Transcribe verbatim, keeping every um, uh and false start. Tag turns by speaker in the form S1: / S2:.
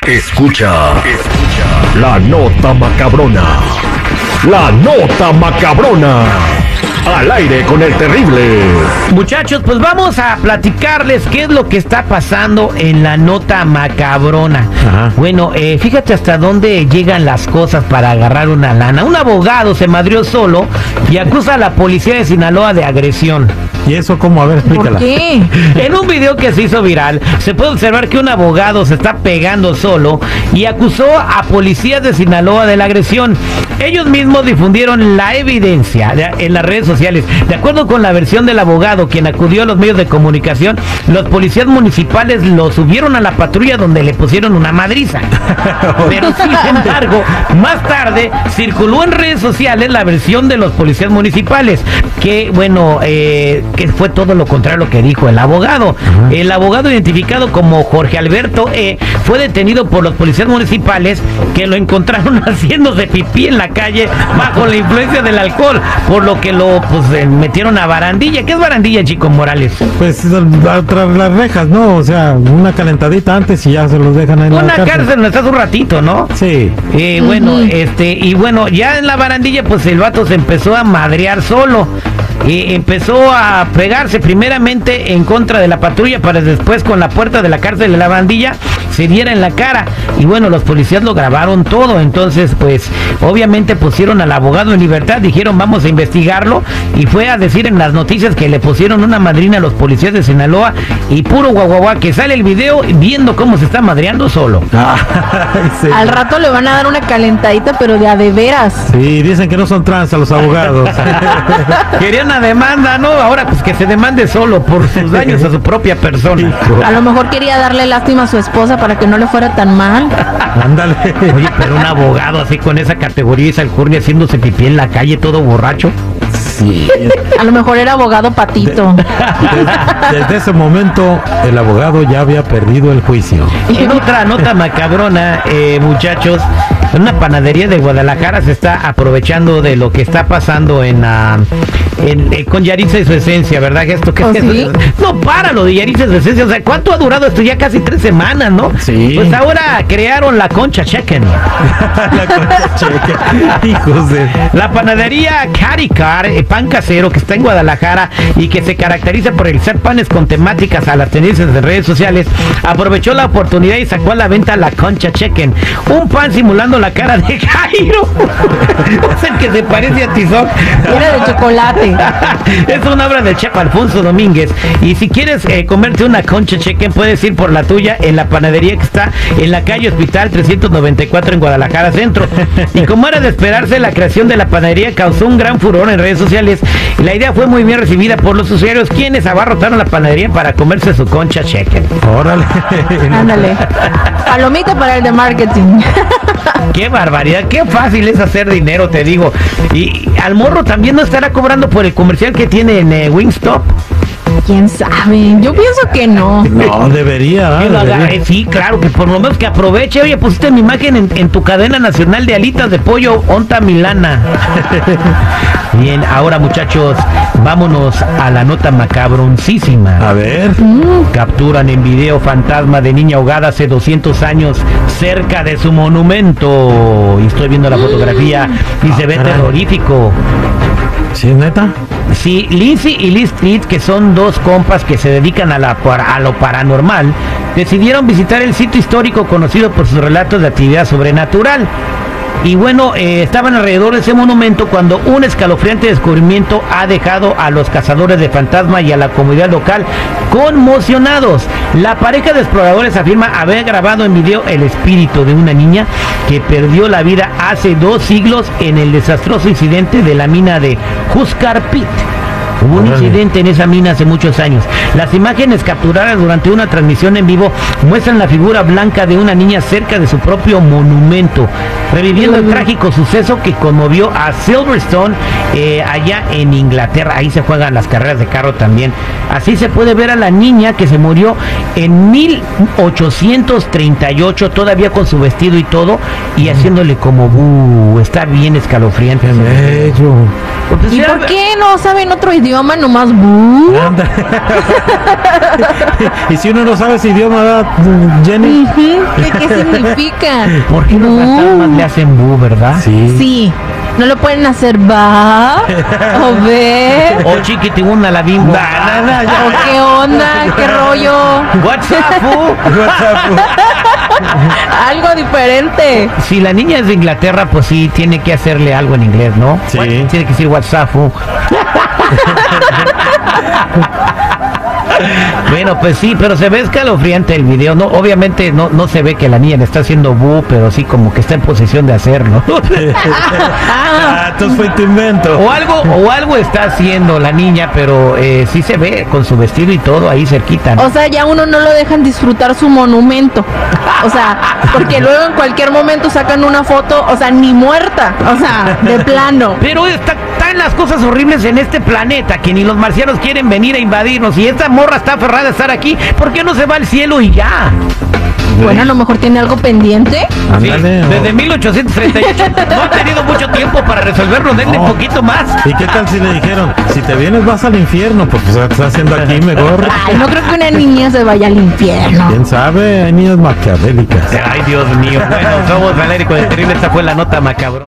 S1: Escucha, escucha la nota macabrona. La nota macabrona. Al aire con el terrible.
S2: Muchachos, pues vamos a platicarles qué es lo que está pasando en la nota macabrona. Ajá. Bueno, eh, fíjate hasta dónde llegan las cosas para agarrar una lana. Un abogado se madrió solo y acusa a la policía de Sinaloa de agresión.
S3: ¿Y eso cómo? A ver, explícala.
S2: ¿Por qué? En un video que se hizo viral, se puede observar que un abogado se está pegando solo y acusó a policías de Sinaloa de la agresión. Ellos mismos difundieron la evidencia en las redes sociales. De acuerdo con la versión del abogado, quien acudió a los medios de comunicación, los policías municipales lo subieron a la patrulla donde le pusieron una madriza. Pero sin embargo, más tarde circuló en redes sociales la versión de los policías municipales, que bueno, eh, que fue todo lo contrario a lo que dijo el abogado. Uh-huh. El abogado, identificado como Jorge Alberto E., fue detenido por los policías municipales, que lo encontraron haciéndose pipí en la calle bajo la influencia del alcohol, por lo que lo pues eh, metieron a barandilla. ¿Qué es barandilla, Chico Morales?
S3: Pues tras las rejas, ¿no? O sea, una calentadita antes y ya se los dejan ahí en
S2: una
S3: la cárcel.
S2: cárcel donde estás un ratito, ¿no?
S3: Sí.
S2: Eh, uh-huh. Bueno, este, y bueno, ya en la barandilla pues el vato se empezó a madrear solo. Y empezó a pegarse primeramente en contra de la patrulla para después con la puerta de la cárcel de la bandilla se diera en la cara. Y bueno, los policías lo grabaron todo. Entonces pues obviamente pusieron al abogado en libertad, dijeron vamos a investigarlo, y fue a decir en las noticias que le pusieron una madrina a los policías de Sinaloa, y puro guaguaguá que sale el video viendo cómo se está madreando solo.
S4: Sí. Al rato le van a dar una calentadita, pero de a de veras.
S3: Sí, dicen que no son trans a los abogados.
S2: Querían una demanda, ¿no? Ahora pues que se demande solo por sus daños a su propia persona.
S4: A lo mejor quería darle lástima a su esposa para que no le fuera tan mal.
S3: Ándale.
S2: Oye, pero un abogado así con esa categoría y esa alcurnia haciéndose pipí en la calle todo borracho.
S3: Sí.
S4: A lo mejor era abogado patito.
S3: De, de, desde ese momento el abogado ya había perdido el juicio.
S2: En otra nota macabrona, eh, muchachos, una panadería de Guadalajara se está aprovechando de lo que está pasando en, uh, en eh, con Yaritza y su esencia, ¿verdad? Esto que
S4: ¿Oh,
S2: es,
S4: sí?
S2: No para lo de Yaritza y su esencia. O sea, ¿cuánto ha durado esto? Ya casi tres semanas, ¿no?
S3: Sí.
S2: Pues ahora crearon la Concha Chicken.
S3: La Concha Chicken. Hijos de...
S2: La panadería Caricar, eh, pan casero, que está en Guadalajara y que se caracteriza por realizar panes con temáticas a las tendencias de redes sociales, aprovechó la oportunidad y sacó a la venta la Concha Chicken, un pan simulando la cara de Jairo. Es el que se parece a Tizoc.
S4: Era de chocolate.
S2: Es una obra del chef Alfonso Domínguez. Y si quieres eh, comerte una Concha Chicken, puedes ir por la tuya en la panadería que está en la calle Hospital trescientos noventa y cuatro en Guadalajara Centro. Y como era de esperarse, la creación de la panadería causó un gran furor en redes sociales. Y la idea fue muy bien recibida por los usuarios, quienes abarrotaron la panadería para comerse su Concha Chicken.
S3: Órale.
S4: Ándale. Palomita para el de marketing.
S2: Qué barbaridad, qué fácil es hacer dinero, te digo. Y al morro también no estará cobrando por el comercial que tiene en eh, Wingstop.
S4: ¿Quién sabe? Yo pienso que no.
S3: No, debería,
S2: Que lo haga,
S3: debería.
S2: eh, sí, claro, que por lo menos que aproveche. Oye, pusiste mi imagen en, en tu cadena nacional de alitas de pollo Onta Milana. Bien, ahora muchachos, vámonos a la nota macabroncísima.
S3: A ver.
S4: Mm.
S2: Capturan en video fantasma de niña ahogada hace doscientos años cerca de su monumento. Y estoy viendo la fotografía y se ve
S3: caray.
S2: terrorífico.
S3: ¿Sí, neta?
S2: Sí, Lindsay y Liz Street, que son dos compas que se dedican a, la, a lo paranormal, decidieron visitar el sitio histórico conocido por sus relatos de actividad sobrenatural. Y bueno, eh, estaban alrededor de ese monumento cuando un escalofriante descubrimiento ha dejado a los cazadores de fantasmas y a la comunidad local conmocionados. La pareja de exploradores afirma haber grabado en video el espíritu de una niña que perdió la vida hace dos siglos en el desastroso incidente de la mina de Huskar Pit. Hubo un incidente en esa mina hace muchos años. Las imágenes capturadas durante una transmisión en vivo muestran la figura blanca de una niña cerca de su propio monumento, reviviendo el trágico suceso que conmovió a Silverstone, eh, allá en Inglaterra. Ahí se juegan las carreras de carro también. Así se puede ver a la niña que se murió en mil ochocientos treinta y ocho, todavía con su vestido y todo, y haciéndole como buh. Está bien escalofriante.
S3: Bello.
S4: ¿Y por qué no saben otro idioma? idioma, nomás bu.
S3: Anda. Y si uno no sabe ese idioma, ¿verdad, Jenny?
S4: Ujú, ¿Qué, qué significa?
S2: ¿Por qué los
S4: Bu.
S2: fantasmas le hacen bu, verdad?
S4: Sí. No lo pueden hacer va o ve.
S2: O chiquitibuna la bimbo.
S3: Nah, nah, nah, ya.
S4: ¿O qué onda? ¿Qué rollo?
S2: What's up, fu?
S4: Algo diferente.
S2: Si la niña es de Inglaterra, pues sí, tiene que hacerle algo en inglés, ¿no?
S3: Sí.
S2: What- tiene que decir WhatsApp, fu. Bueno, pues sí, pero se ve escalofriante el video, ¿no? Obviamente no, no se ve que la niña le está haciendo bu, pero sí como que está en posición de hacerlo.
S3: Ah, entonces fue tu invento.
S2: O algo, o algo está haciendo la niña, pero eh, sí se ve con su vestido y todo ahí cerquita, ¿no?
S4: O sea, ya uno no lo dejan disfrutar su monumento. O sea, porque luego en cualquier momento sacan una foto, o sea, ni muerta. O sea, de plano.
S2: Pero está, están las cosas horribles en este planeta que ni los marcianos quieren venir a invadirnos. Y esta morra está aferrada a estar aquí, ¿por qué no se va al cielo y ya?
S4: Bueno, a lo mejor tiene algo pendiente.
S2: Sí,
S3: Ándale, o-
S2: desde mil ochocientos treinta y ocho no han tenido mucho tiempo para resolverlo, denle
S3: No.
S2: un poquito más.
S3: ¿Y qué tal si le dijeron, si te vienes vas al infierno? Pues, ¿qué estás haciendo aquí mejor?
S4: Ay, no creo que una niña se vaya al infierno.
S3: ¿Quién sabe? Hay niñas maquiavélicas.
S2: Ay, Dios mío. Bueno, somos Valérico de Terrible, esta fue la nota macabro.